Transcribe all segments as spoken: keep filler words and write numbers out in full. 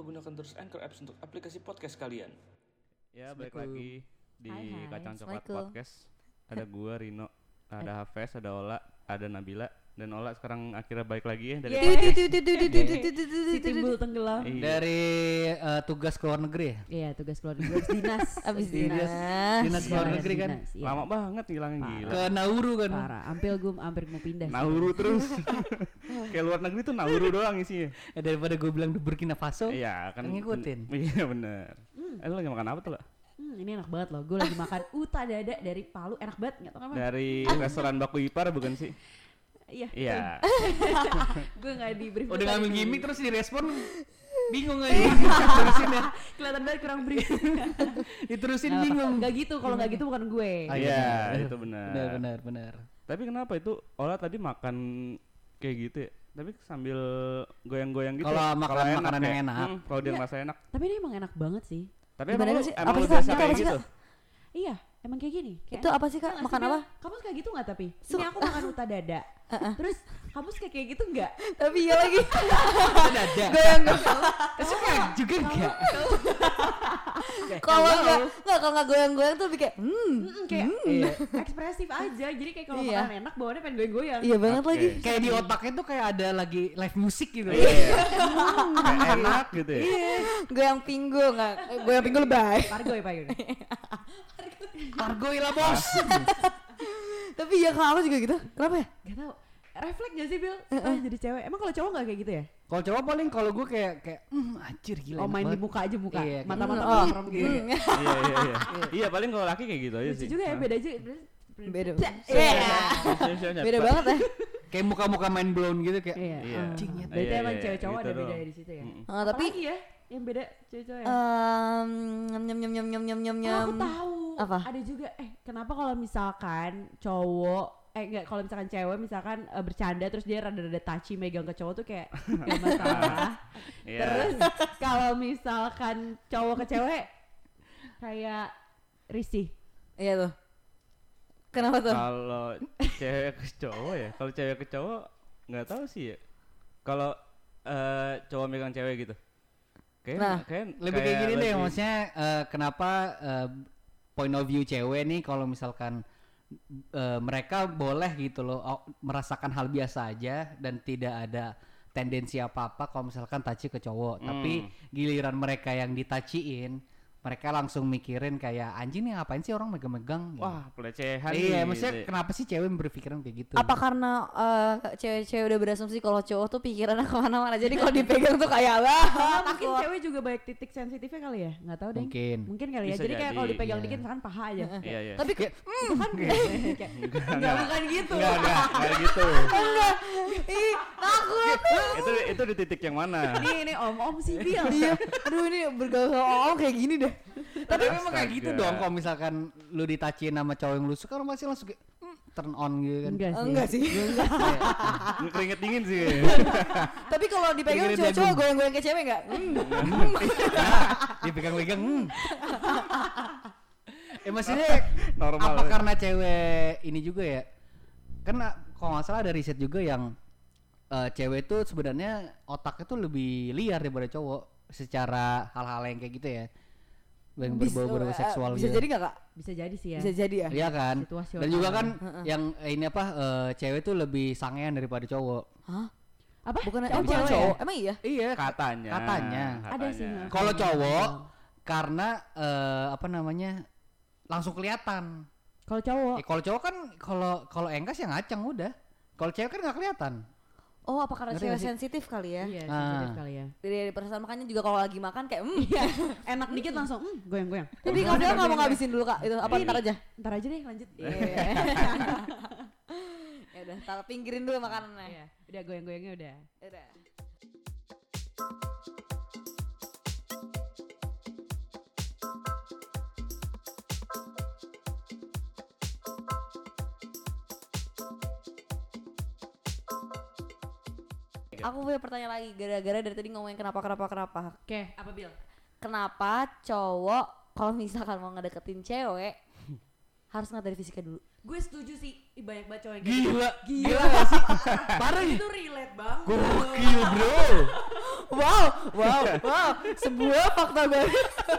lupa gunakan terus Anchor Apps untuk aplikasi podcast kalian. Ya, balik lagi di Hai, hai. Kacang Coklat Assalamualaikum. Podcast. Ada gua Rino, ada Hafez, ada Ola, ada Nabila, dan Ola sekarang akhirnya balik lagi ya dari Yeay. podcast. Si timbul tenggelam. Iya. Dari uh, tugas ke luar negeri ya? Iya, tugas keluar negeri habis dinas. Abis dinas. dinas. Dinas ke luar Iya, negeri kan? dinas, iya. Lama banget ngilangin Parah. gila. Ke Nauru kan? Parah, hampir gue hampir mau pindah. sih. Nauru terus. Kayak luar negeri tuh Nauru doang isinya. Eh, daripada gue bilang di Burkina Faso. Iya, kan ngikutin. Iya, benar. Eh, lu lagi makan apa tuh, lah? Hmm, ini enak banget loh. Gue lagi makan uta dada dari Palu, enak banget. Enggak tahu kenapa. Dari restoran Baku Ipar bukan sih? Iya. Iya. Gue enggak di brief. Udah tadi. ngambil gimmick terus direspon bingung aja. Terusin ya. Kelihatan banget kurang brief. Diterusin Nggak bingung. Enggak gitu, kalau enggak gitu bukan gue. Ah, Iya, benar. itu benar. Benar benar benar. Tapi kenapa itu Ola tadi makan kayak gitu ya? Tapi sambil goyang-goyang gitu. Kalau ya? makan Kalau makanan ya? yang enak. Hmm, kalau dia Iya. ngerasa enak. Tapi ini emang enak banget sih. Tapi Gimana emang lu, sih? emang Apa lu sih, biasa Kak? kayak Apa sih, gitu? Kak? Iya, emang kayak gini. Kayak Itu apa sih Kak? Nggak Makan sih, apa? Bil? Kamu suka gitu nggak tapi? Ini aku makan uta dada. Terus kamu suka kayak gitu nggak? Tapi iya lagi. Ada. Goyang goyang. Suka juga enggak? Kalau enggak, enggak kalau enggak goyang-goyang tuh lebih kayak hmm. Mm-mm, kayak Iya. ekspresif aja. Jadi kayak kalau Iya. makan enak bawaannya pengen goyang-goyang. Iya banget Oke. lagi. Kayak di otaknya tuh kayak ada lagi live musik gitu. Iya. Kayak enak gitu ya. Goyang pinggul enggak? Goyang pinggul lebay. Pargo ya Pak Yun. Argoy lah bos. Tapi ya kalau aku juga gitu. Kenapa ya? Gak tau. Refleks gak sih Bil? Setelah jadi cewek. Emang kalau cowok gak kayak gitu ya? Kalau cowok paling kalau gue kayak kayak hmm anjir gila. Oh enak main di banget." muka aja muka. Iya, kayak- Mata-mata Oh. orang gitu. Hmm. Iya, iya, iya. Iya, paling kalau laki kayak gitu aja Lucu sih. juga ya, Hah? beda aja. Beda. Iya. Siap, siap, siap. Beda banget ya. Kayak muka-muka main blown gitu kayak. Iya. Iya. Oh. Anjing, ya. Berarti Iya, emang iya, cewek-cowok gitu ada beda doang. di situ ya? Mm-mm. Ah, tapi Apalagi ya yang beda cewek-cewek? em nyam nyam nyam nyam nyam nyam nyam Oh, nyam. aku tahu. Apa? Ada juga eh kenapa kalau misalkan cowok eh enggak kalau misalkan cewek misalkan eh, bercanda terus dia rada-rada touchy megang ke cowok tuh kayak gak masalah. Iya. Terus kalau misalkan cowok ke cewek kayak risih. Iya tuh. Kenapa tuh? Kalau cewek ke cowok ya, kalau cewek ke cowok nggak tahu sih ya. Kalau eh, cowok megang cewek gitu, kayak Nah, kayak Lebih kayak gini deh maksudnya eh, kenapa eh, point of view cewek nih kalau misalkan eh, mereka boleh gitu loh oh, merasakan hal biasa aja dan tidak ada tendensi apa-apa kalau misalkan touchy ke cowok. Hmm. Tapi giliran mereka yang ditouchy-in, mereka langsung mikirin kayak anjing nih ngapain sih orang megang-megang gitu. Wah, pelecehan. Iya, nih, maksudnya gitu ya. kenapa sih cewek berpikiran kayak gitu? Apa karena eh, cewek-cewek udah berasumsi kalau cowok tuh pikirannya kemana-mana, jadi kalau dipegang tuh kayak lah. Karena mungkin cewek juga banyak titik sensitifnya kali ya, nggak tahu deh. Mungkin. Mungkin kali ya. Bisa Jadi kayak kalau jadi, dipegang iya. dikit misalkan paha aja. Iya, iya. Tapi kayak Itu kan kayak enggak bukan gitu. Enggak, enggak, enggak gitu. enggak. Ih, takut. itu itu di titik yang mana? Ini ini om-om sih Bil. Iya. Aduh ini bergaul sama orang kayak gini deh. Tapi memang kayak gitu Astaga. dong kalau misalkan lu ditouchin sama cowok yang lu suka lu pasti langsung kayak hmm, turn on gitu kan. Enggak sih. Enggak sih. Keringet dingin sih. Tapi kalau dipegang Pikirin cowok-cowok jagung. goyang-goyang ke cewek enggak? Dipegang-pegang. Hmm. Eh maksudnya Normal. apa karena cewek ini juga ya? Kan ah, kalau nggak salah ada riset juga yang eh, cewek tuh sebenarnya otaknya tuh lebih liar daripada cowok secara hal-hal yang kayak gitu ya. Yang berbau-bau Bisa- seksual Bisa gitu. jadi enggak, Kak? Bisa jadi sih ya. Bisa jadi ya. Iya kan? Situasional. Dan juga kan Heeh. yang eh, ini apa eh, cewek tuh lebih sangean daripada cowok. Hah? Apa? Bukan Cowok eh, bukan cewek cowok. ya? Emang iya? Iya, Katanya. Katanya. Ada sih. katanya. Kalau cowok Iya. karena eh, apa namanya langsung kelihatan. Kalau cowok Eh, kalau cowok kan kalau kalau engkas ya ngacang udah. Kalau cewek kan nggak kelihatan. Oh, apa karena Ngerti cewek nggak sih? sensitif kali ya? iya Ah. sensitif kali ya. Dari, dari perasaan makannya juga kalau lagi makan kayak hmm. Iya, enak dikit langsung hmm, goyang-goyang. Tapi Kak Fia nggak mau ngabisin dulu Kak. Itu apa Ini. ntar aja? Ntar aja deh lanjut. Iya. Ya udah, taruh pinggirin dulu makanannya. Iya, udah goyang-goyangnya udah. Udah. Aku punya pertanyaan lagi gara-gara dari tadi ngomongin kenapa kenapa kenapa. Oke, apa Bil? Kenapa cowok kalau misalkan mau ngedeketin cewek harus ngeliat dari fisiknya dulu? Gue setuju sih, Ih, banyak banget cowok yang kayak Gila, gitu. gila gak sih? Parah itu relate banget. Gokil bro. wow, wow, wow, sebuah fakta baru.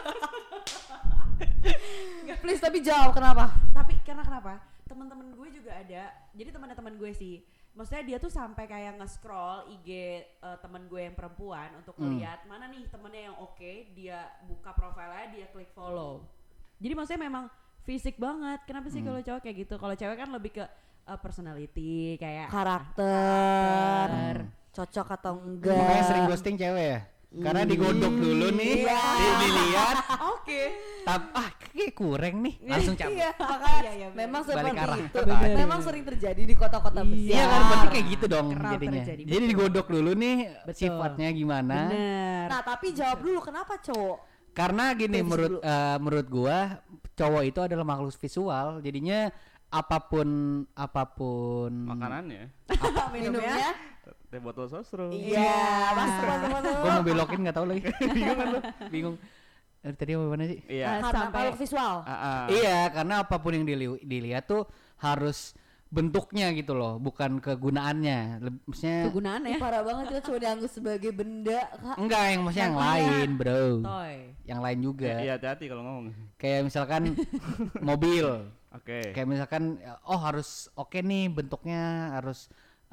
Please tapi jawab kenapa? Tapi karena kenapa? Teman-teman gue juga ada. Jadi teman-teman gue sih, maksudnya dia tuh sampai kayak nge-scroll I G uh, teman gue yang perempuan untuk Hmm. melihat mana nih temennya yang oke, dia buka profilnya, dia klik follow. Jadi maksudnya memang fisik banget. Kenapa sih Hmm. kalau cowok kayak gitu? Kalau cewek kan lebih ke uh, personality kayak Karakter, karakter. cocok atau enggak? Makanya sering ghosting cewek ya. Karena digodok dulu nih, Iya. di- dilihat, Oke. tap, ah kayak kurang nih, langsung cabut. Iya, makanya Iya, iya, bener. memang Balik seperti arah. itu. Bener. Memang sering terjadi di kota-kota besar. Iya kan, berarti kayak gitu dong Kerap jadinya. terjadi, Jadi betul. digodok dulu nih Betul. sifatnya gimana. Bener. Nah, tapi jawab dulu kenapa cowok? Karena gini Revisi menurut dulu. eh, menurut gua cowok itu adalah makhluk visual. Jadinya apapun apapun Makanannya Minumnya? teh botol sosro. Iya, masuk masuk masuk. gua mau belokin nggak tahu lagi. Bingung kan lu? Bingung. Eh, tadi apa mana sih? Iya. Ah, Karena sampai- makhluk visual. Ah, ah. Iya, karena apapun yang dili- dilihat tuh harus bentuknya gitu loh, bukan kegunaannya. Leb- maksudnya Kegunaan ya. Ih, parah banget kita cuma dianggap sebagai benda, Kak. enggak yang maksudnya yang Yang lain, Bro. Toy. Yang lain juga. Iya, hati-hati kalau ngomong. Kayak misalkan mobil. Oke. Kayak misalkan oh harus oke nih bentuknya harus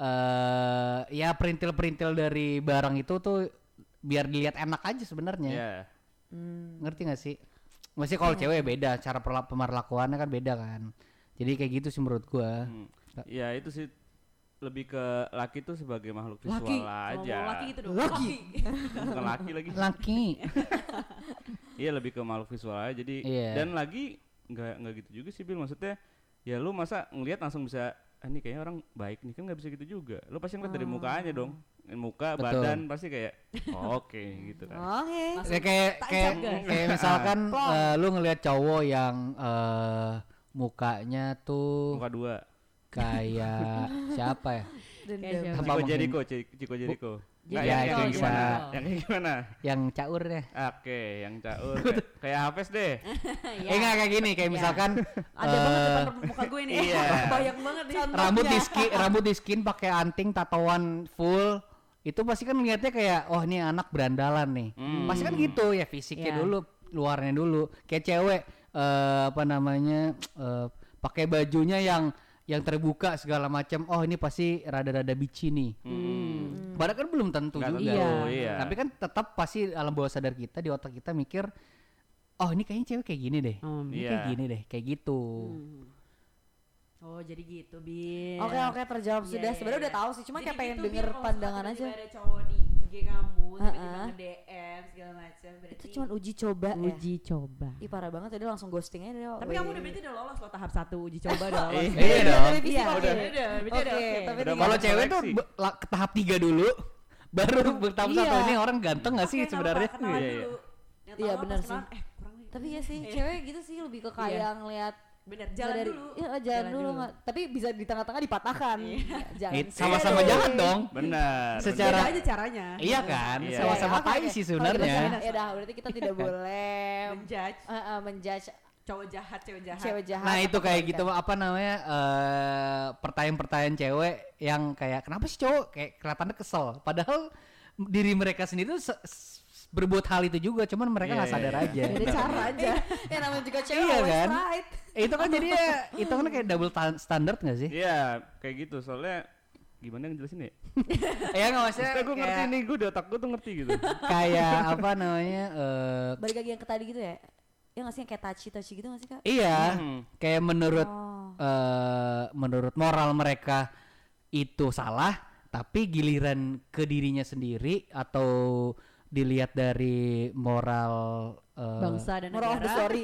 eh ya perintil-perintil dari barang itu tuh biar dilihat enak aja sebenarnya. Iya. Hmm. Ngerti gak sih? Masih kalau cewek beda, cara perla- pemerlakuannya kan beda kan. Jadi kayak gitu sih menurut gua. Hmm. Ya itu sih lebih ke laki tuh sebagai makhluk visual Laki. Kalau aja. mau laki itu dong. Laki. Bukan laki lagi. Laki. Iya lebih ke makhluk visual aja. Jadi Iya. dan lagi nggak nggak gitu juga sih Bil, maksudnya ya lu masa ngelihat langsung bisa ah, ini kayaknya orang baik nih, kan nggak bisa gitu juga. Lu pasti ngeliat dari mukanya dong. Muka, Betul. badan pasti kayak oh, oke gitu kan. Oke. Langsung Ya, kayak tak kayak jaga. kayak misalkan Plong. eh, lu ngelihat cowok yang eh mukanya tuh Muka dua. kayak siapa ya? Dendam. Kayak Apa Ciko mungkin? Jericho, Ci- Ciko Jericho. Nggak, Jadi Ya, yang, itu yang bisa. gimana? Yang kayak gimana? Yang caur ya. Oke, yang caur kayak, kayak Hafes deh. Iya. Eh enggak kayak gini, kayak Iya. misalkan Ada banget eh, depan muka gue nih. Iya. Banyak banget nih. rambut di skin, rambut di skin pakai anting tatoan full. Itu pasti kan ngeliatnya kayak oh ini anak berandalan nih. Hmm. Pasti kan gitu ya fisiknya Iya. dulu, luarnya dulu. Kayak cewek eh apa namanya eh pakai bajunya yang yang terbuka segala macam. Oh ini pasti rada-rada bici nih. Hmm. Padahal kan belum tentu Nggak juga. tentu, Iya. iya. Tapi kan tetap pasti alam bawah sadar kita di otak kita mikir, oh ini kayaknya cewek kayak gini deh, Hmm. ini Iya. kayak gini deh, kayak gitu. Hmm. Oh jadi gitu Bin. Oke oke terjawab Iya, sudah. iya, Sebenarnya udah iya. tahu sih, cuma Jadi kayak pengen gitu, denger Bin, kalau pandangan misalkan aja. tiba-tiba ada cowok di I G kamu, tiba-tiba Heeh. nge-D M segala macam. Itu Berarti cuma uji coba ya. uji coba. Ih parah banget tadi langsung ghosting aja deh. Tapi Wih. kamu udah berarti udah lolos loh tahap satu uji coba udah lolos. Iya. Iya dong. Dari visi Iya, oke. udah, udah, berarti udah Oke, oke. tapi Udah tinggal- Kalau masuk cewek tuh seleksi. be- la- ke tahap tiga dulu, baru bertahap satu Iya. ini orang ganteng gak sih Oke, nggak sebenarnya? apa-apa, kenalan Iya, iya. dulu. Yang Iya, tahu benar pas sih. kenalan, Eh kurang nih. Tapi ya sih Iya. cewek gitu sih lebih ke kayak Iya. ngeliat Bener, jalan dari, dulu. Iya, jalan, dulu nggak. Tapi bisa di tengah-tengah dipatahkan. Iya. Jangan Eh, sama-sama sih. jahat dong. Benar. Secara- Beda aja caranya. Iya kan, Iya. sama-sama Oke, tai oke. sih Kalau sebenarnya. gitu, Ya dah, berarti kita tidak boleh Menjudge eh, eh, menjudge cowok jahat, cewek jahat. cewek jahat. Nah itu atau kayak kebalikan. gitu apa namanya eh pertanyaan-pertanyaan cewek yang kayak kenapa sih cowok kayak kelihatannya kesel, padahal diri mereka sendiri tuh se- s- berbuat hal itu juga, cuman mereka Iya, nggak iya, sadar iya. aja. Beda cara aja. Ya namanya juga cewek Iya always kan? right. Eh, itu kan jadi ya, itu kan kayak double ta- standard nggak sih? Iya, kayak gitu. Soalnya gimana yang jelasin ya? Ya nggak maksudnya Maksudnya gue ngerti kayak, nih, gue di otak gue tuh ngerti gitu. kayak apa namanya eh Balik lagi yang ke tadi gitu ya. Ya nggak sih yang kayak touchy-touchy gitu nggak sih Kak? iya Hmm. kayak menurut Oh. eh menurut moral mereka itu salah, tapi giliran ke dirinya sendiri atau dilihat dari moral eh, Bangsa dan Moral of the negara. story.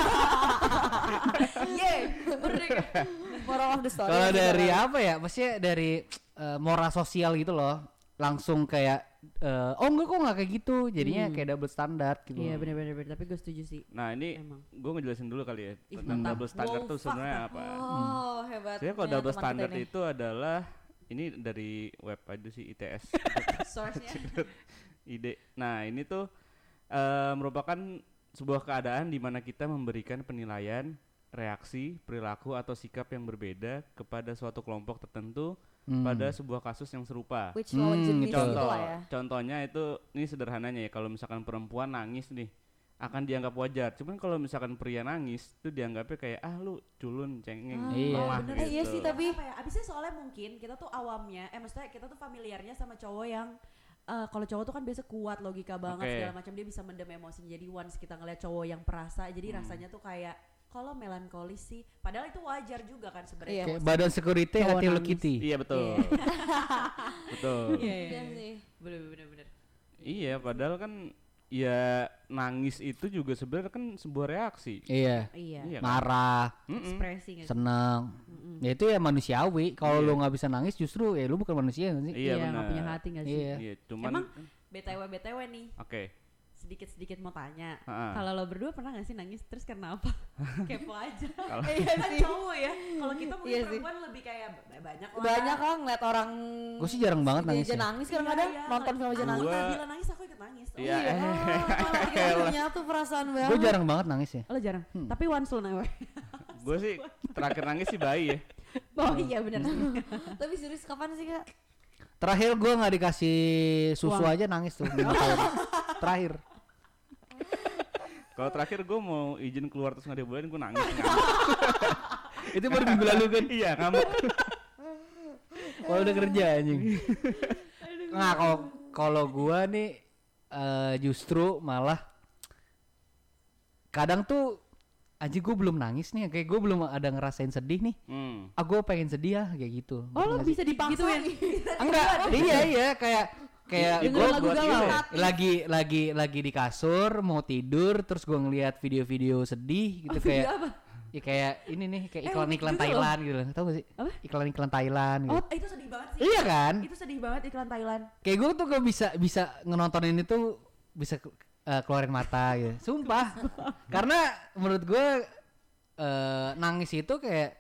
Yeay, merdeka. Moral of the story. kalau maksudnya dari kan. apa ya, maksudnya dari eh, moral sosial gitu loh, langsung kayak eh, oh enggak kok nggak kayak gitu, jadinya Hmm. kayak double standard gitu. Iya benar-benar, tapi gue setuju sih. Nah ini Emang. gue ngejelasin dulu kali ya Ih, tentang mantap. double standard Wow, tuh sebenarnya fakta. apa. Oh hebat. Sebenarnya kalau double standard itu adalah ini dari web aja sih I T S Source-nya. ide. Nah ini tuh eh, merupakan sebuah keadaan di mana kita memberikan penilaian, reaksi, perilaku atau sikap yang berbeda kepada suatu kelompok tertentu Hmm. pada sebuah kasus yang serupa. Which lawan Hmm, jenis gitu. gitu Contoh, lah ya. contohnya itu ini sederhananya ya, kalau misalkan perempuan nangis nih akan dianggap wajar. Cuman kalau misalkan pria nangis itu dianggapnya kayak ah lu culun, cengeng, Ah, Iya. lemah bener. gitu. Eh, iya sih, tapi- apa ya? Abisnya soalnya mungkin kita tuh awamnya, eh maksudnya kita tuh familiarnya sama cowok yang eh, kalau cowok tuh kan biasa kuat, logika banget Oke. segala macam, dia bisa mendem emosinya. Jadi once kita ngeliat cowok yang perasa, jadi Hmm. rasanya tuh kayak kalau melankolis sih, padahal itu wajar juga kan Iya. sebenarnya. Kayak badan security Cowok hati Hello nangis. Kitty. Iya betul. Iya. Betul. Iya, Iya sih. bener bener bener. Iya, padahal kan ya nangis itu juga sebenarnya kan sebuah reaksi. Iya. Iya. Iya kan? Marah, Mm-mm. Ekspresi nggak sih? senang. Mm-mm. Ya itu ya manusiawi. Kalau Iya. lu nggak bisa nangis justru ya lu bukan manusia nggak sih? Iya, nggak benar. punya hati nggak sih? Iya. Iya, cuman Emang B T W B T W nih, oke. sedikit-sedikit mau tanya. Ha-ha. Kalau lo berdua pernah gak sih nangis terus karena apa? Kepo aja. Kalau- Iya sih. Cowok ya. Kalau kita mungkin Iya sih. perempuan lebih kayak b- banyak lah. Banyak kan ngeliat orang Gue sih jarang banget nangis aja ya. nangis kadang-kadang Iya, iya. nonton film aja Aku nangis. Gua- Nabila nangis, aku ikut nangis. Oh, Iya. Iya, oh, punya tuh perasaan banget. Gue jarang banget nangis ya. Lo jarang. Hmm. Tapi once lo nangis. Gue sih terakhir nangis sih bayi ya. Oh iya benar sih. Tapi serius kapan sih kak? Terakhir gue nggak dikasih susu Uang. aja nangis tuh lima tahun. Terakhir. Kalau terakhir gue mau izin keluar terus nggak dibolehin, gue nangis. Itu baru minggu lalu kan. Iya, ngamuk. Kalau udah kerja anjing. Nah kalau kalau gue nih eh, justru malah kadang tuh anjing gue belum nangis nih, kayak gue belum ada ngerasain sedih nih. Hmm. Ah gue pengen sedih ya kayak gitu. Oh lo Ngerti nggak bisa dipaksain. Enggak, iya iya kayak kayak Itu gue lagu galau. lagi lagi lagi di kasur mau tidur terus gue ngeliat video-video sedih gitu kayak apa? ya kayak ini nih kayak Eh, iklan-iklan juga Thailand gitu loh. Tahu gak sih? Apa? Iklan-iklan Thailand gitu. Oh itu sedih banget sih. Iya kan? Itu sedih banget iklan Thailand. Kayak gue tuh gak bisa bisa ngenontonin itu bisa eh, keluarin mata gitu. Sumpah. Karena menurut gue eh, nangis itu kayak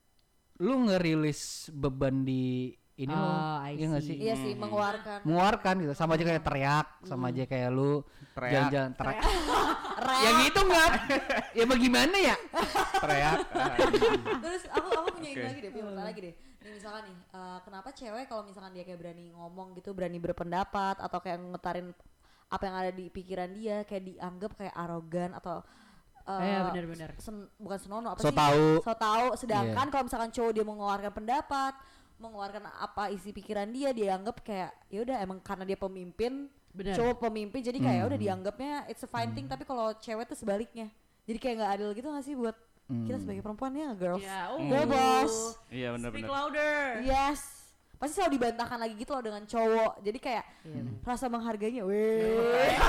lu ngerilis beban di ini Oh, loh. I Iya gak see. sih? Iya sih Hmm. mengeluarkan. Mengeluarkan gitu sama aja kayak teriak, sama aja kayak lu Teriak. jalan-jalan teriak. Ya gitu nggak? Ya bagaimana ya? Teriak. Terus aku aku punya ini Oke. lagi deh, punya pertanyaan lagi deh. Nih misalkan nih, eh, kenapa cewek kalau misalkan dia kayak berani ngomong gitu, berani berpendapat atau kayak ngetarin apa yang ada di pikiran dia, kayak dianggap kayak arogan atau eh, Iya benar-benar. sen- bukan senonoh apa So sih? tahu. So tahu. Sedangkan kalau misalkan cowok dia mengeluarkan pendapat, mengeluarkan apa isi pikiran dia, dia anggap kayak ya udah emang karena dia pemimpin, Benar. cowok pemimpin jadi kayak Hmm. udah dianggapnya it's a fine thing, tapi kalau cewek tuh sebaliknya. Jadi kayak nggak adil gitu nggak sih buat kita sebagai perempuan ya, girls. Ya, oh. Girl boss. Iya Speak benar-benar. louder. Yes. Pasti selalu dibantahkan lagi gitu loh dengan cowok. Jadi kayak Iya, benar. rasa menghargainya. Weh.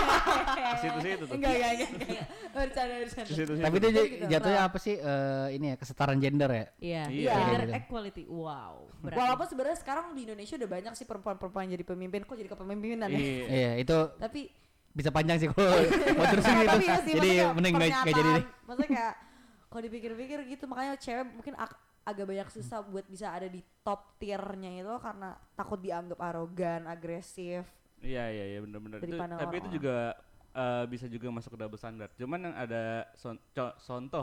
Ke situ-situ tuh. Enggak, enggak, enggak, enggak. Bercanda, bercanda. Ke situ-situ. Tapi itu Gitu, j- gitu. jatuhnya apa sih? Eh, ini ya kesetaraan gender ya. Iya. Iya. Gender Iya. equality. Wow. Berat. Walaupun sebenarnya sekarang di Indonesia udah banyak sih perempuan-perempuan yang jadi pemimpin. Kok jadi kepemimpinan ya? Iya. Iya itu Tapi bisa panjang sih kalau mau terusin gitu. tapi iya sih, Jadi maksudnya mending nggak nggak jadi deh. pernyataan. Maksudnya kayak kalau dipikir-pikir gitu, makanya cewek mungkin ag- agak banyak susah buat bisa ada di top tiernya itu karena takut dianggap arogan, agresif. Iya iya iya benar-benar. Dari Itu- pandangan Tapi itu orang. juga eh, bisa juga masuk ke double standard. Cuman yang ada son co- contoh.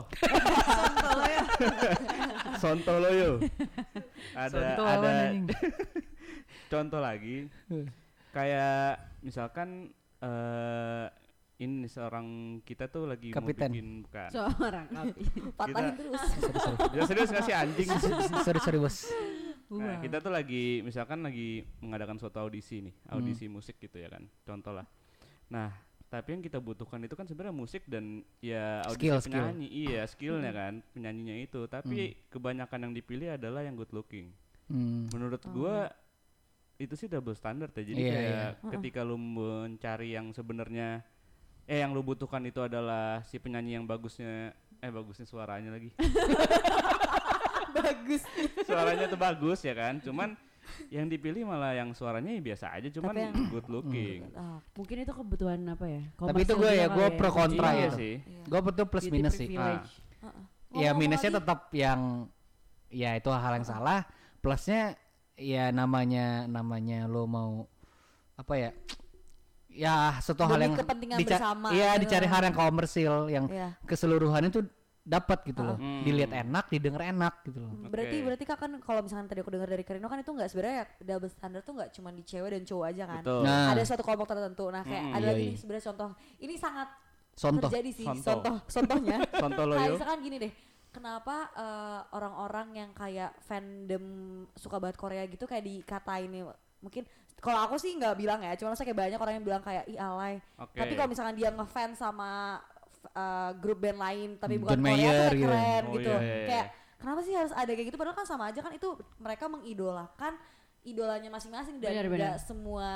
Sontoloyo. Ada Contoh ada apaan, anjing? contoh lagi. Kayak misalkan eh ini seorang kita tuh lagi Kapiten. mau bikin bukan. Seorang kapi. Patahin terus. Sorry, sorry. Bisa serius nggak sih anjing? sorry sorry bos. Nah, kita tuh lagi misalkan lagi mengadakan suatu audisi nih, Hmm. audisi musik gitu ya kan. Contoh lah. Nah, tapi yang kita butuhkan itu kan sebenarnya musik dan ya audisi Skill, skill. penyanyi. Iya, skillnya kan, penyanyinya itu. Tapi kebanyakan yang dipilih adalah yang good looking. Hmm. Menurut Oh. gua itu sih double standard ya. Jadi Iya, kayak iya. ketika lu mencari yang sebenarnya eh yang lu butuhkan itu adalah si penyanyi yang bagusnya eh bagusnya suaranya lagi. Bagus. Suaranya tuh bagus ya kan. Cuman yang dipilih malah yang suaranya ya biasa aja cuman Tapi yang- good looking. Ah, Mungkin itu kebutuhan apa ya? Tapi itu Komersil gue juga ya, kali gue pro kontra Iya gitu. sih. iya. Gue betul plus Beauty minus sih. privilege. Heeh. Ya Ngomong minusnya lagi, tetap yang ya itu hal yang salah. Plusnya ya namanya namanya lo mau apa ya? Ya suatu hal Demi yang kepentingan dica- bersama, Iya gitu. dicari hal yang komersil yang Iya. keseluruhan itu dapat gitu loh. Hmm. Dilihat enak, didengar enak gitu loh. Berarti Oke. berarti kak kan kalau misalkan tadi aku dengar dari Karino kan itu nggak sebenarnya double standard tuh nggak cuma di cewek dan cowok aja kan. Betul. Nah. Ada suatu kelompok tertentu. Nah kayak Mm-mm. ada Iya, lagi iya. nih sebenarnya contoh. Ini sangat Contoh. terjadi sih. Contoh. Contoh, contohnya. Contoh lo Kayak yuk. misalkan gini deh. Kenapa eh, orang-orang yang kayak fandom suka banget Korea gitu kayak dikatain nih mungkin kalau aku sih nggak bilang ya, cuma saya kayak banyak orang yang bilang kayak ih alay. Oke. Tapi kalau misalkan dia ngefans sama uh, grup band lain tapi Hmm, bukan John Korea tuh Mayer kayak gitu. keren Oh, gitu. iya, iya, iya. Kayak kenapa sih harus ada kayak gitu padahal kan sama aja kan itu mereka mengidolakan idolanya masing-masing dan Benar, benar. nggak semua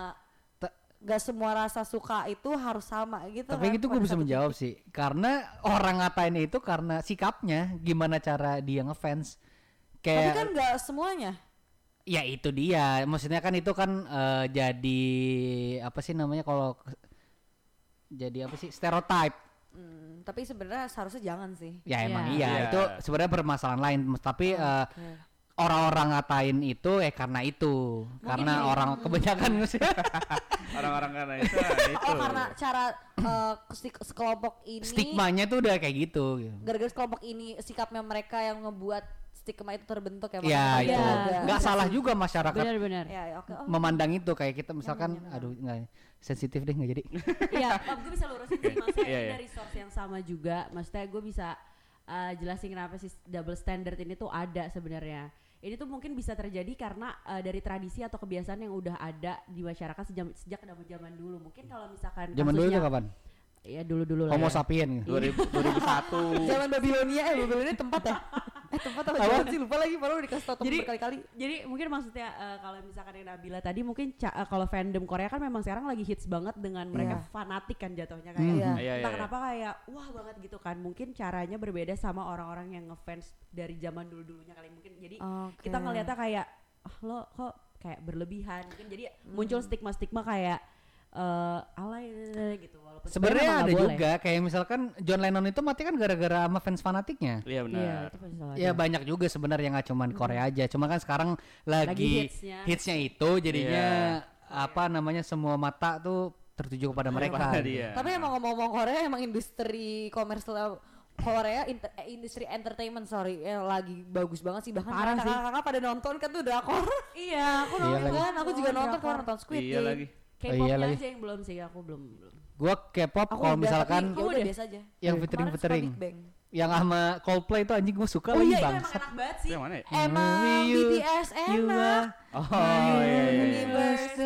Ta- nggak semua rasa suka itu harus sama gitu. Tapi kan, gitu gue pada bisa satu menjawab titik. sih. Karena orang ngatain itu karena sikapnya, gimana cara dia ngefans. Tapi Kayak kan nggak semuanya. ya itu dia. Maksudnya kan itu kan eh, jadi apa sih namanya kalau ke- jadi apa sih stereotype. Hmm, tapi sebenarnya seharusnya jangan sih. Ya emang Iya. iya, Iya. itu sebenarnya permasalahan lain. Tapi eh, Oke. orang-orang ngatain itu eh karena itu. karena gini. orang kebanyakan Orang-orang karena itu nah, itu. Oh karena cara uh, si- sekelompok ini stigmanya tuh udah kayak gitu. gitu. gara-gara sekelompok ini sikapnya mereka yang ngebuat stigma itu terbentuk ya. Ya makanya itu Iya. agak- nggak salah juga masyarakat Benar-benar. Ya, ya, oke. Oh, memandang itu kayak kita misalkan benar, benar. aduh nggak sensitif deh nggak jadi. Iya, gue bisa lurusin sih maksudnya Iya, ini iya. dari source yang sama juga. Maksudnya gue bisa uh, jelasin kenapa sih double standard ini tuh ada sebenarnya. Ini tuh mungkin bisa terjadi karena uh, dari tradisi atau kebiasaan yang udah ada di masyarakat sejak sejak zaman dulu. Mungkin kalau misalkan Zaman dulu kasusnya- tuh kapan? Ya dulu-dulu lah. Homo ya. sapien gitu. dua ribu dua ribu satu. Zaman Babilonia eh Babilonia tempat ya? Eh tempat apa zaman sih lupa lagi baru dikasih tau temen Jadi- berkali-kali. Jadi mungkin maksudnya uh, kalau misalkan yang Nabila tadi mungkin ca- uh, kalau fandom Korea kan memang sekarang lagi hits banget dengan mereka Iya. fanatik kan jatuhnya kayak Hmm. Iya. Iya, entah iya, kenapa kayak wah banget gitu kan. Mungkin caranya berbeda sama orang-orang yang ngefans dari zaman dulu-dulunya kali mungkin. Jadi Oke. kita ngeliatnya kayak ah lo kok kayak berlebihan mungkin jadi muncul stigma-stigma kayak eh alay gitu walaupun Sebenarnya emang ada nggak boleh. juga kayak misalkan John Lennon itu mati kan gara-gara sama fans fanatiknya. Iya Iya, benar. itu pasti salah Ya dia. banyak juga sebenarnya nggak cuman Korea aja. Cuma kan sekarang Lagi lagi, hitsnya. hitsnya itu jadinya Iya. apa namanya semua mata tuh tertuju kepada mereka. Kepada dia. Tapi emang ngomong-ngomong Korea emang industri komersial Korea inter- eh, industri entertainment sorry ya lagi bagus banget sih bahkan Parah sih. kakak-kakak pada nonton kan tuh drakor. Iya aku Iya Nonton lagi. kan aku juga nonton kan nonton Squid Iya Game. lagi. K-popnya iya lagi. aja yang belum sih aku belum belum Gua K-pop Aku kalau udah, misalkan tapi ya Kamu udah deh. biasa aja. yang Kemarin featuring suka featuring Big Bang. yang sama Coldplay itu anjing gua suka oh lagi iya itu bang. emang enak banget sih Yang mana ya? Emang You- B T S You enak. are Oh iya iya. Universe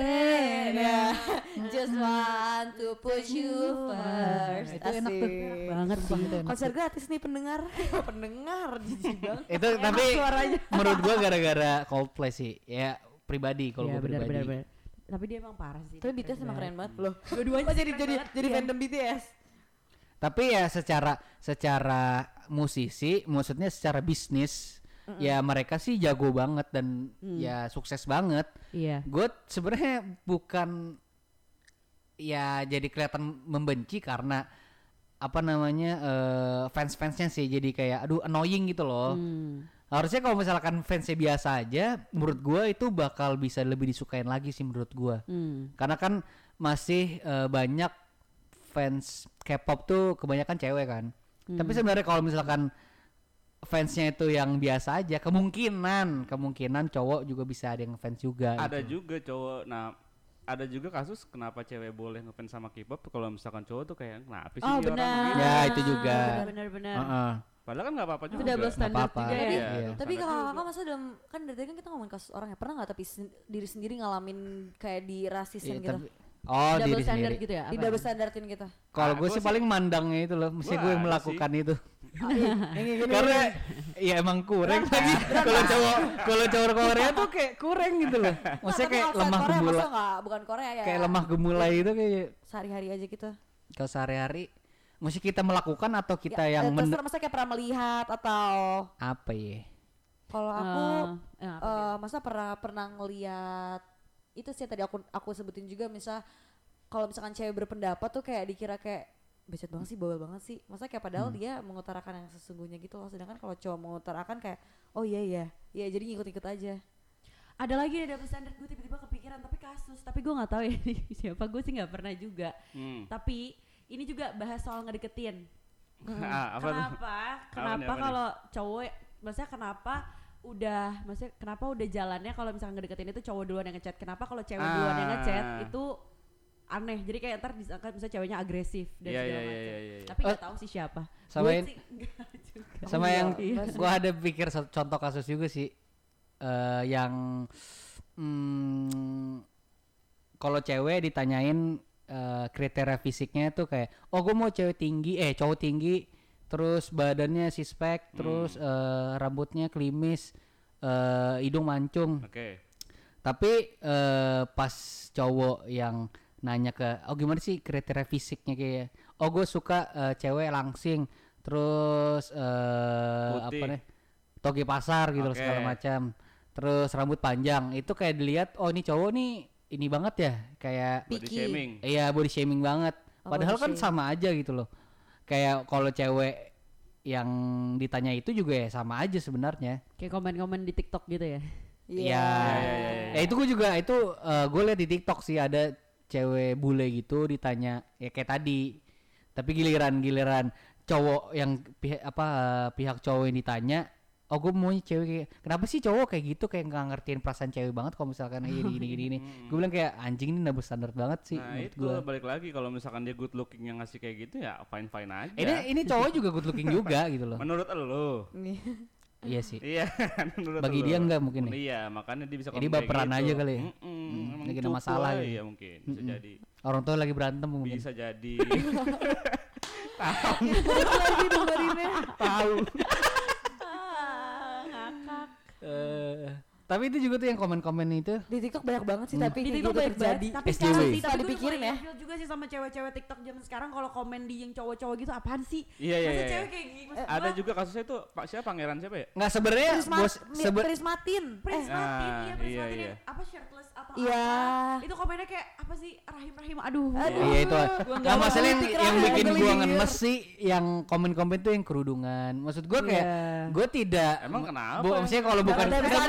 ya. Just want to put you first. Itu enak tuh. Asik. banget sih Itu enak Konser gratis nih pendengar. pendengar jijik banget. itu tapi menurut gua gara-gara Coldplay sih ya pribadi kalau Iya, gua benar, pribadi. benar, benar. Tapi dia emang parah sih. Tapi B T S emang keren banget loh. Dua-duanya Oh, jadi keren jadi banget, jadi iya. fandom B T S. Tapi ya secara secara musisi, maksudnya secara bisnis, ya mereka sih jago banget dan Hmm. ya sukses banget. Iya. Gue sebenarnya bukan ya jadi kelihatan membenci karena apa namanya eh, fans-fansnya sih jadi kayak aduh annoying gitu loh. Hmm. Harusnya kalau misalkan fansnya biasa aja, menurut gue itu bakal bisa lebih disukain lagi sih menurut gue. Hmm. Karena kan masih eh, banyak fans K-pop tuh kebanyakan cewek kan. Hmm. Tapi sebenarnya kalau misalkan fansnya itu yang biasa aja, kemungkinan kemungkinan cowok juga bisa ada yang fans juga. Ada gitu. juga cowok. Nah, ada juga kasus kenapa cewek boleh ngefans sama K-pop kalau misalkan cowok tuh kayak kenapa sih Oh dia orang benar. begini? Ya, itu juga. Benar-benar. Heeh. Padahal kan nggak apa-apa Itu juga. double Nggak standard apa-apa. juga ya. Iya. Iya. Tapi Standar kalau juga. kakak masa dalam kan dari tadi kan kita ngomongin kasus orang ya pernah nggak tapi sen- diri sendiri ngalamin kayak dirasisin Iya, gitu. tapi- oh Double diri standard sendiri. gitu ya. Di apa? double standardin gitu. Kalau Ah, gue gua sih sih- paling mandangnya itu loh, mesti Gua gue yang ada melakukan itu. Yang gini. Karena ya emang kurang lagi. Kalau cowok kalau cowok Korea tuh kayak kurang gitu loh. Maksudnya kayak lemah gemula, Masa nggak bukan Korea ya. kayak lemah gemulai itu kayak Sehari-hari aja gitu. kalau sehari-hari mesti kita melakukan atau kita Ya, yang eh, men terserah masa kayak pernah melihat atau apa ya? kalau aku Eh, eh, apa eh, dia? masa pernah pernah ngelihat itu sih yang tadi aku aku sebutin juga misal kalau misalkan cewek berpendapat tuh kayak dikira kayak becet banget sih bawel banget sih masa kayak padahal Hmm. dia mengutarakan yang sesungguhnya gitu loh sedangkan kalau cowok mengutarakan kayak oh iya iya iya jadi ngikut-ngikut aja. Ada lagi ada double standard gue tiba-tiba kepikiran tapi kasus tapi gue nggak tahu ya ini siapa gue sih nggak pernah juga. Hmm. Tapi ini juga bahas soal ngedeketin. Ah, apa tuh? Kenapa? Kenapa nih, apa nih? kalau cowok, maksudnya kenapa udah, maksudnya kenapa udah jalannya kalau misalnya ngedeketin itu cowok duluan yang ngechat, kenapa kalau cewek duluan yang ngechat Ah. itu aneh, jadi kayak ntar disangka misalnya ceweknya agresif dan Iya, segala iya, macam. iya, iya, iya. Tapi nggak tahu sih siapa. Sama Gue yang- sih enggak juga. Sama yang Iya. gua ada pikir satu contoh kasus juga sih, eh, yang hmm, kalau cewek ditanyain eh, kriteria fisiknya tuh kayak, oh gue mau cewek tinggi, eh cowok tinggi, terus badannya six pack, terus eh, rambutnya klimis, eh, hidung mancung. Oke. Tapi eh, pas cowok yang nanya ke, oh gimana sih kriteria fisiknya kayak, oh gue suka eh, cewek langsing, terus eh, Putih. apa nih, toge pasar gitu loh, Oke. segala macam, terus rambut panjang, itu kayak dilihat, oh ini cowok nih ini banget ya, kayak Body Picky. shaming. iya body shaming banget. Oh, Padahal body kan shaming. sama aja gitu loh. Kayak kalau cewek yang ditanya itu juga ya sama aja sebenarnya. Kayak komen-komen di TikTok gitu ya. Iya. Ya, iya, iya, iya. ya itu gue juga itu gue liat di TikTok sih ada cewek bule gitu ditanya ya kayak tadi. Tapi giliran giliran cowok yang pihak apa eh, pihak cowok yang ditanya, oh gue mau cewek kayak, kenapa sih cowok kayak gitu kayak nggak ngertiin perasaan cewek banget kalau misalkan gini gini gini. gini. Gue bilang kayak anjing ini double standar banget sih Nah menurut itu gue. balik lagi kalau misalkan dia good looking yang ngasih kayak gitu ya fine fine aja. Ini ini cowok juga good looking juga gitu loh. Menurut elo. Iya sih. Iya. menurut Bagi elo. dia enggak mungkin ya. Iya makanya dia bisa Jadi komen kayak baperan gitu. aja kali ya? Mm-mm, Hmm, emang lagi ada cupu masalah aja, gitu. ya mungkin bisa Mm-mm. jadi. Orang tua lagi berantem mungkin. Bisa jadi. Lagi dengerinnya. Tahu. Ah, ngakak. Eh, tapi itu juga tuh yang komen-komen itu. Di TikTok banyak banget sih Hmm. tapi Di kayak TikTok gitu banyak terjadi. banget. Tapi S J W. sekarang sih, Bisa tapi gue dipikirin udah ya. mulai ilfeel juga sih sama cewek-cewek TikTok zaman sekarang kalau komen di yang cowok-cowok gitu apaan sih? Iya iya Masa iya. cewek kayak gini? Maksud Ada gua, juga kasusnya itu Pak siapa pangeran siapa ya? Nggak sebenarnya Prisma, bos Mi- sebe- Prismatin. Prince Eh, Martin, Ah, iya Prince iya, Martin iya. yang apa shirtless atau Iya. apa? Itu komennya kayak apa sih rahim-rahim, aduh. Aduh. Iya itu. Gua Nah nggak masalah yang, mau yang pikir bikin aja, gua geli. ngenes sih yang komen-komen tuh yang kerudungan. Maksud gua kayak Iya. gua tidak Emang kenapa? Bu, maksudnya kalau bukan Bukan bukan,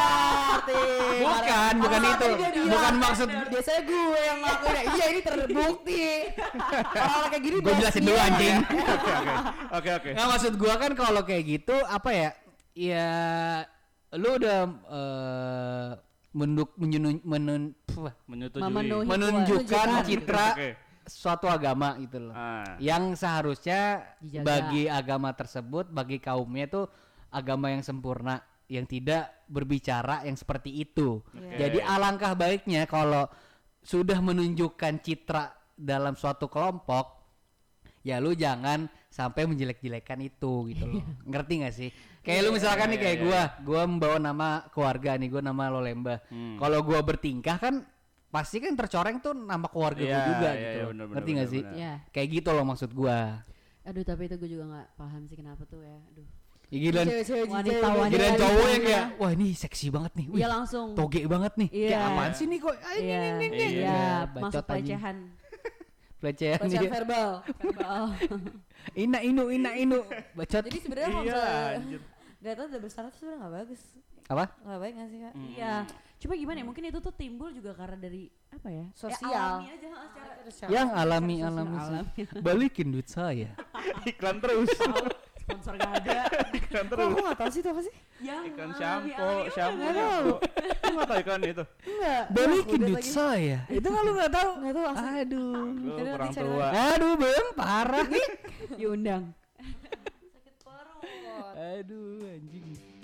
bukan, bukan itu. Bukan maksud biasanya gue yang ngakuin ya, iya ini terbukti. Orang kayak gini gue jelasin dulu anjing. Oke oke. Oke oke. Nggak maksud gua kan kalau kayak gitu apa ya? Ya lu udah eh menduk menunjuk menun, puh, Menyetujui. Memenuhi. menunjukkan Menunjukkan. citra Oke. suatu agama gitu loh. Ah. Yang seharusnya Dijaga. bagi agama tersebut, bagi kaumnya itu agama yang sempurna, yang tidak berbicara yang seperti itu. Oke. Jadi alangkah baiknya kalau sudah menunjukkan citra dalam suatu kelompok, ya lu jangan sampai menjelek-jelekan itu gitu loh. Ngerti gak sih? Kayak lu misalkan nih Iya, kayak iya, gua, gua membawa nama keluarga nih, gua nama Lolemba. Hmm. Kalau gua bertingkah kan pasti kan tercoreng tuh nama keluarga gua Iya, juga iya, gitu. iya, loh. bener, bener, Ngerti gak bener, sih? bener. Iya. Kayak gitu loh maksud gua. Aduh tapi itu gue juga nggak paham sih kenapa tuh ya. Aduh. Ya gila, Cewek-cewek Wanita, jijai udah wanita. gila jadi. cowok yang kayak wah ini seksi banget nih. Wih, Iya langsung. toge banget nih. Kayak Iya. apaan sih nih kok? Ah, ini, Iya. ini, ini, ini. Iya. Ya, Masuk bacot anjing. pelecehan. Pelecehan Pelecehan dia. verbal. Verbal. Ina inu ina inu. Bacot. Jadi sebenarnya kalau Iya, misalnya anjir. nggak tahu double standard sebenarnya nggak bagus. Apa? Nggak baik nggak sih kak? Hmm. Iya. Cuma gimana ya? Mungkin itu tuh timbul juga karena dari apa ya? Sosial. Ya, alami aja ha, secara Yang alami sosial alami. alami. Balikin duit saya. Iklan terus. Sponsor gak ada. Iklan Kok terus. aku nggak tahu sih itu apa sih? Yang Iklan alami, shampoo, alami, shampoo. alami. shampoo. Lu nggak tahu iklan itu? Enggak. Balikin Udah duit lagi. saya. Itu kan lu nggak tahu. Nggak tahu langsung. Aduh. Lu Yaudah, kurang nanti cari tua. Aduh, Bem, parah nih. Diundang. Sakit perut. Aduh, anjing.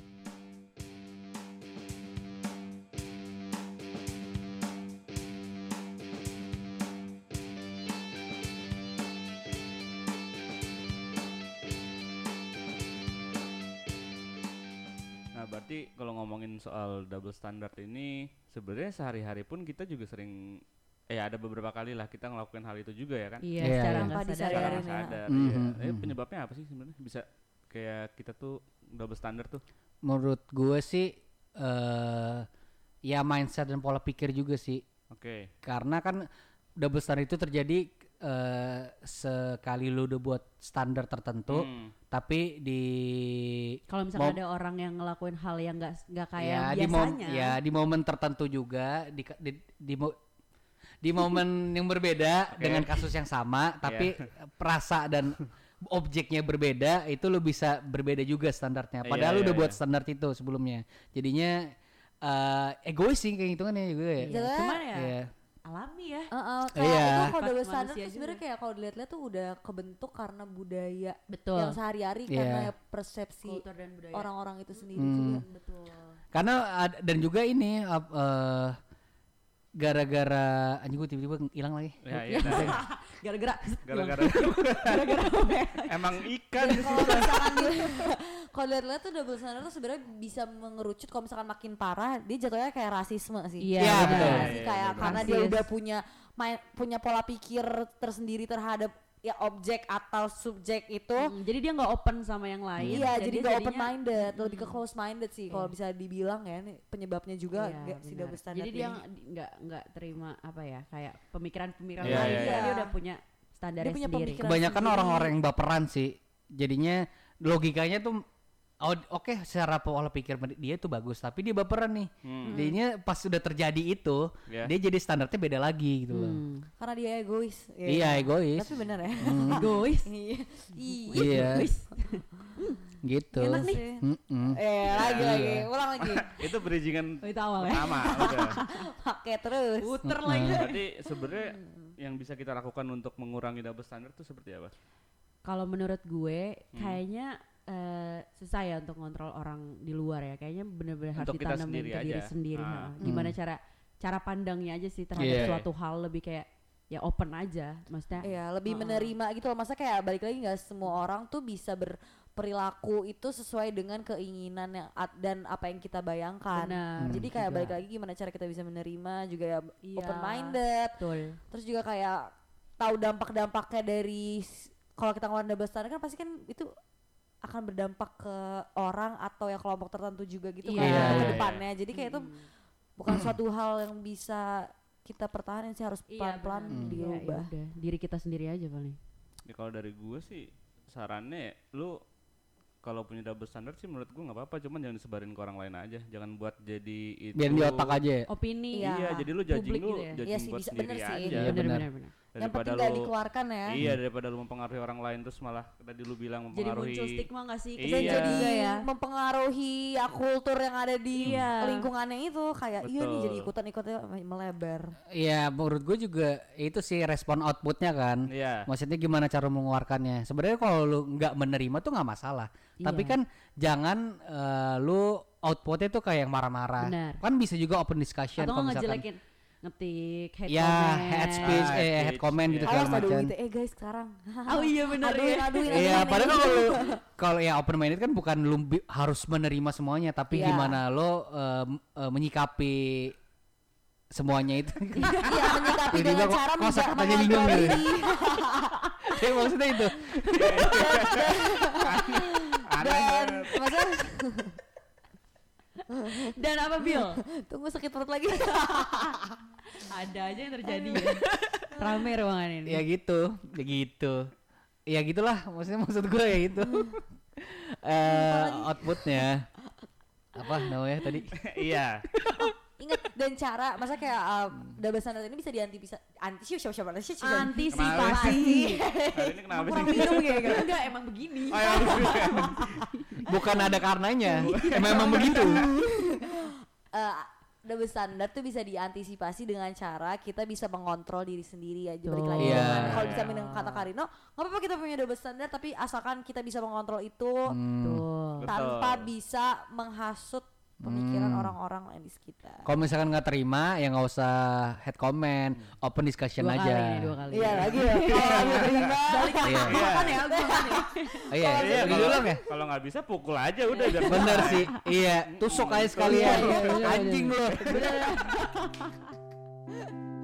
Nah, berarti kalau ngomongin soal double standard ini sebenarnya sehari-hari pun kita juga sering eh ada beberapa kali lah kita ngelakuin hal itu juga ya kan? Iya, Iya, secara iya. nggak Tanpa sadar. Secara disadarin nggak ya. sadar. Mhm, Iya. Eh, mhm. penyebabnya apa sih sebenarnya? Bisa kayak kita tuh double standard tuh. Menurut gue sih eh ya mindset dan pola pikir juga sih. Oke. Karena kan double standard itu terjadi eh sekali lu udah buat standar tertentu, Hmm. tapi di Kalau misalnya Mau- ada orang yang ngelakuin hal yang nggak nggak kayak ya di mom- biasanya. ya di momen tertentu juga di di di, mo- di momen yang berbeda Oke. dengan kasus yang sama, tapi perasa dan objeknya berbeda, itu lu bisa berbeda juga standarnya. Padahal Iya, lu udah iya, buat iya. standar itu sebelumnya. Jadinya uh, egois sih kayak hitungannya juga ya. Iya, cuman ya Iya. alami ya. Heeh, kayak Iya. itu kalau Sifat double standard manusia tuh sebenarnya juga. kayak kalau dilihat-lihat tuh udah kebentuk karena budaya Betul. yang sehari-hari Iya. karena persepsi Kultur dan budaya. orang-orang itu sendiri Hmm. juga. Betul. Karena ad- dan juga ini ap- eh, gara-gara anjing gue tiba-tiba hilang lagi. Ya, iya, nah, Gara-gara gara-gara gara-gara apa ya? emang ikan Dan kalau misalkan dia- kalau lihat-lihat tuh double standard tuh sebenarnya bisa mengerucut kalau misalkan makin parah dia jatuhnya kayak rasisme sih. Iya, Iya, benar. betul. Sih, Iya, kayak benar. karena dia Rasis. udah punya main, punya pola pikir tersendiri terhadap ya objek atau subjek itu. Hmm, jadi dia nggak open sama yang lain. Iya, dan jadi dia nggak jadinya- open minded, lebih ke Mm. close minded sih kalau Iya. bisa dibilang ya. Ini penyebabnya juga Iya, nggak si benar. double standard Jadi dia ini. ng- nggak nggak terima apa ya kayak pemikiran-pemikiran Iya, lain. iya, Dia- iya. Dia udah punya standarnya Dia punya sendiri. pemikiran Kebanyakan sendiri. orang-orang yang baperan sih. Jadinya logikanya tuh oh, oke secara pola pikir dia tuh bagus, tapi dia baperan nih. Hmm, Jadinya pas sudah terjadi itu, ya. dia jadi standarnya beda lagi gitu loh. Hmm. Karena dia egois. Ya, Iya, kan? egois. Tapi bener ya. Hmm, Egois. Iya. Iya. Iya, Egois. gitu. Enak nih. Mm-mm. Eh, lagi Iya. lagi. Ulang lagi. Itu bridgingan Oh, itu awal ya. pertama udah. Pakai terus. Puter Mm-mm. lagi. Berarti sebenarnya yang bisa kita lakukan untuk mengurangi double standard itu seperti apa? Kalau menurut gue Hmm. kayaknya eh, susah ya untuk ngontrol orang di luar ya. Kayaknya benar-benar harus Untuk kita ditanamin sendiri ke diri aja. sendiri. Ah. ha. Gimana Hmm. cara cara pandangnya aja sih terhadap Iya. suatu hal lebih kayak ya open aja, maksudnya. Iya, lebih Heeh. menerima gitu loh. Masa kayak balik lagi nggak semua orang tuh bisa berperilaku itu sesuai dengan keinginan yang at- dan apa yang kita bayangkan. Benar. Jadi kayak juga. balik lagi gimana cara kita bisa menerima juga ya Iya. open minded. Betul. Terus juga kayak tahu dampak-dampaknya dari s- kalau kita ngeluarin double standard kan pasti kan itu akan berdampak ke orang atau ya kelompok tertentu juga gitu Iya, kan iya, ke iya. depannya. Jadi kayak itu Mm. bukan suatu hal yang bisa kita pertahanin sih, harus Iya, pelan-pelan benar. Iya, diubah. ya udah. Diri kita sendiri aja paling. Ya kalau dari gue sih sarannya ya, lu kalau punya double standard sih menurut gue nggak apa-apa, cuman jangan disebarin ke orang lain aja, jangan buat jadi itu. Biar di otak aja ya. Opini. Iya. Iya, jadi lu judging Publik lu gitu ya. judging Iya sih, buat bisa- sendiri bener sih. aja. Iya, benar benar. benar benar. Yang Daripada penting gak lu dikeluarkan ya. Iya, daripada lu mempengaruhi orang lain terus malah tadi lu bilang Jadi mempengaruhi. muncul stigma gak sih? Iya. Dan jadi juga ya. mempengaruhi ya kultur yang ada di Iya. lingkungannya itu kayak iya nih Betul. jadi ikutan-ikutannya melebar. Iya, menurut gue juga itu sih respon outputnya kan. Iya. Maksudnya gimana cara mengeluarkannya. Sebenarnya kalau lu nggak menerima tuh nggak masalah. Tapi Iya. kan jangan eh, lu outputnya tuh kayak yang marah-marah. Benar. Kan bisa juga open discussion Atau kalau nggak misalkan. ngejelekin ngetik head Ya, comment. head speech, Ah, eh, head head speech, comment iya. gitu Awas segala ada macam. gitu, eh guys sekarang. Oh iya benar aduin, ya. aduin, Iya, aduin, padahal aduin. kalau lu- kalau ya open minded kan bukan lu bi- harus menerima semuanya, tapi Iya. gimana lo em, eh, menyikapi semuanya itu. Iya, menyikapi Tiba-tiba dengan kok cara kosa menja- katanya bingung mengontrol gitu. diri. Ya, maksudnya itu. Dan maksudnya Dan apa Bill? tunggu sakit perut lagi. Ada aja yang terjadi ya. Rame ruangan ini. Ya gitu, ya gitu. Ya gitulah, maksudnya maksud gue ya gitu. Eh outputnya apa namanya tadi? Iya. Ingat dan cara masa kayak uh, double standard ini bisa dianti bisa anti siapa siapa siapa siapa Antisipasi. Hari ini kenapa Kurang sih? minum ya kan? Enggak, emang begini. Oh, ya, Bukan ada karenanya, emang, emang begitu. uh, double standard tuh bisa diantisipasi dengan cara kita bisa mengontrol diri sendiri ya. Balik Tuh. lagi Iya. dengan kalau bisa minum kata Karino, nggak apa-apa kita punya double standard tapi asalkan kita bisa mengontrol itu Hmm. Tuh. Betul. tanpa bisa menghasut pemikiran Hmm. orang-orang lain di sekitar. Kalau misalkan nggak terima, ya nggak usah head comment, open discussion Dua aja. kali nih, dua kali. Iya lagi ya. Kalau nggak terima, Iya. Makan ya, gua makan ya. Oh, iya, Iya, begitu kalau- doang ya. Kalau nggak bisa pukul aja udah biar Bener selesai. sih, iya, tusuk aja sekalian. Iya, iya, iya, Anjing lo. Bener.